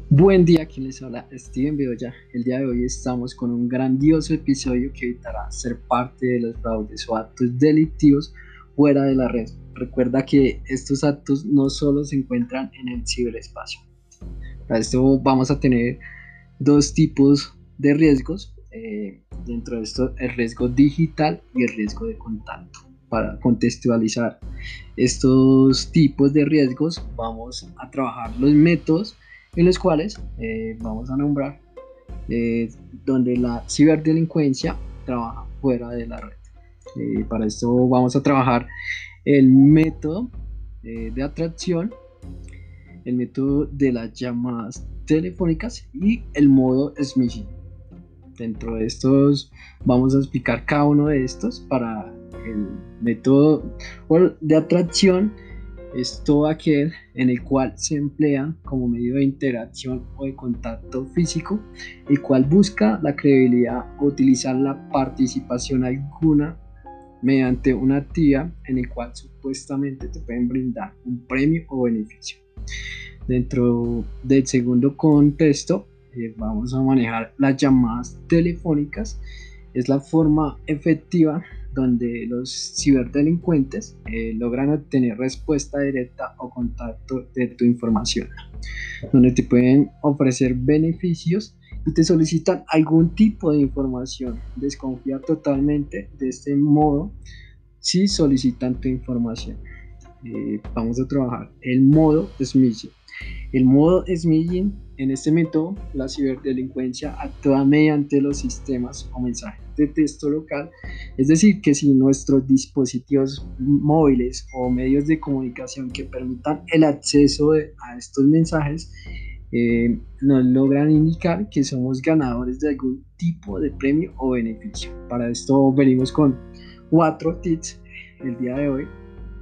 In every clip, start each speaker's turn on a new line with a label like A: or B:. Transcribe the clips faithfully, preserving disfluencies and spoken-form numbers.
A: Buen día, quien les habla Steven Bedoya. El día de hoy estamos con un grandioso episodio que evitará ser parte de los fraudes o actos delictivos fuera de la red. Recuerda que estos actos no solo se encuentran en el ciberespacio. Para esto vamos a tener dos tipos de riesgos. Eh, dentro de esto, el riesgo digital y el riesgo de contacto. Para contextualizar estos tipos de riesgos, vamos a trabajar los métodos en los cuales eh, vamos a nombrar eh, donde la ciberdelincuencia trabaja fuera de la red. Eh, para esto vamos a trabajar el método eh, de atracción, el método de las llamadas telefónicas y el modo smishing. Dentro de estos vamos a explicar cada uno de estos. Para el método de atracción, es todo aquel en el cual se emplea como medio de interacción o de contacto físico, el cual busca la credibilidad o utilizar la participación alguna mediante una actividad en el cual supuestamente te pueden brindar un premio o beneficio. Dentro del segundo contexto, eh, vamos a manejar las llamadas telefónicas. Es la forma efectiva donde los ciberdelincuentes eh, logran obtener respuesta directa o contacto de tu información, donde te pueden ofrecer beneficios y te solicitan algún tipo de información. Desconfía totalmente de este modo si solicitan tu información. Eh, vamos a trabajar el modo smishing. El modo smishing, en este método, la ciberdelincuencia actúa mediante los sistemas o mensajes de texto local, es decir, que si nuestros dispositivos móviles o medios de comunicación que permitan el acceso de, a estos mensajes eh, nos logran indicar que somos ganadores de algún tipo de premio o beneficio. Para esto venimos con cuatro tips el día de hoy.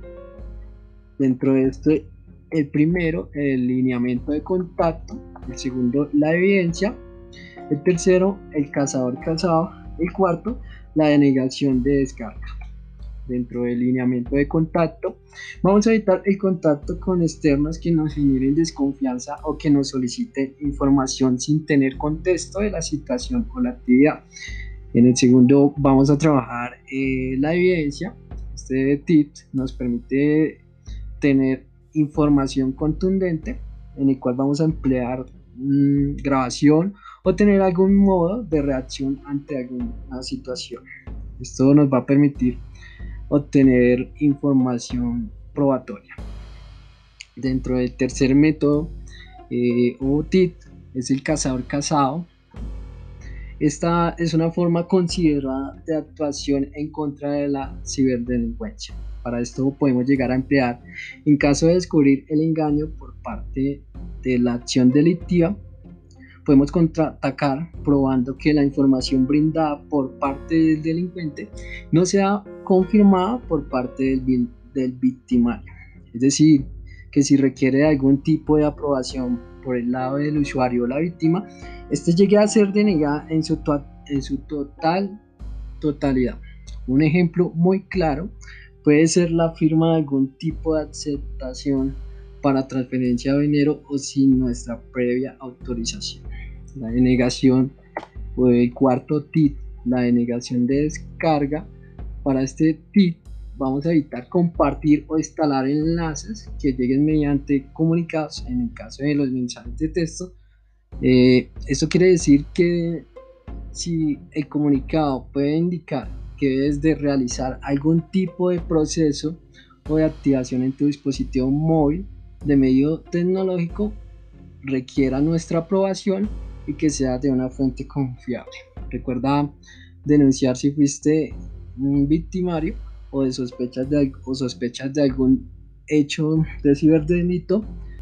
A: Dentro de este, el primero, el lineamiento de contacto; el segundo, la evidencia; el tercero, el cazador cazado; el cuarto, la denegación de descarga. Dentro del lineamiento de contacto, vamos a evitar el contacto con externos que nos generen desconfianza o que nos soliciten información sin tener contexto de la situación o la actividad. En el segundo, vamos a trabajar eh, la evidencia. Este tip nos permite tener información contundente en el cual vamos a emplear mmm, grabación o tener algún modo de reacción ante alguna situación. Esto nos va a permitir obtener información probatoria. Dentro del tercer método eh, o tip es el cazador cazado. Esta es una forma considerada de actuación en contra de la ciberdelincuencia. Para esto podemos llegar a emplear, en caso de descubrir el engaño por parte de la acción delictiva, podemos contraatacar probando que la información brindada por parte del delincuente no sea confirmada por parte del, del victimario. Es decir, que si requiere algún tipo de aprobación por el lado del usuario o la víctima, este llegue a ser denegada en su, to en su total totalidad. Un ejemplo muy claro puede ser la firma de algún tipo de aceptación para transferencia de dinero o sin nuestra previa autorización. La denegación o el cuarto tip, la denegación de descarga. Para este tip vamos a evitar compartir o instalar enlaces que lleguen mediante comunicados. En el caso de los mensajes de texto, eh, esto quiere decir que si el comunicado puede indicar que debes de realizar algún tipo de proceso o de activación en tu dispositivo móvil de medio tecnológico, requiera nuestra aprobación y que sea de una fuente confiable. Recuerda denunciar si fuiste un victimario o de sospechas de, o sospechas de algún hecho de ciberdelito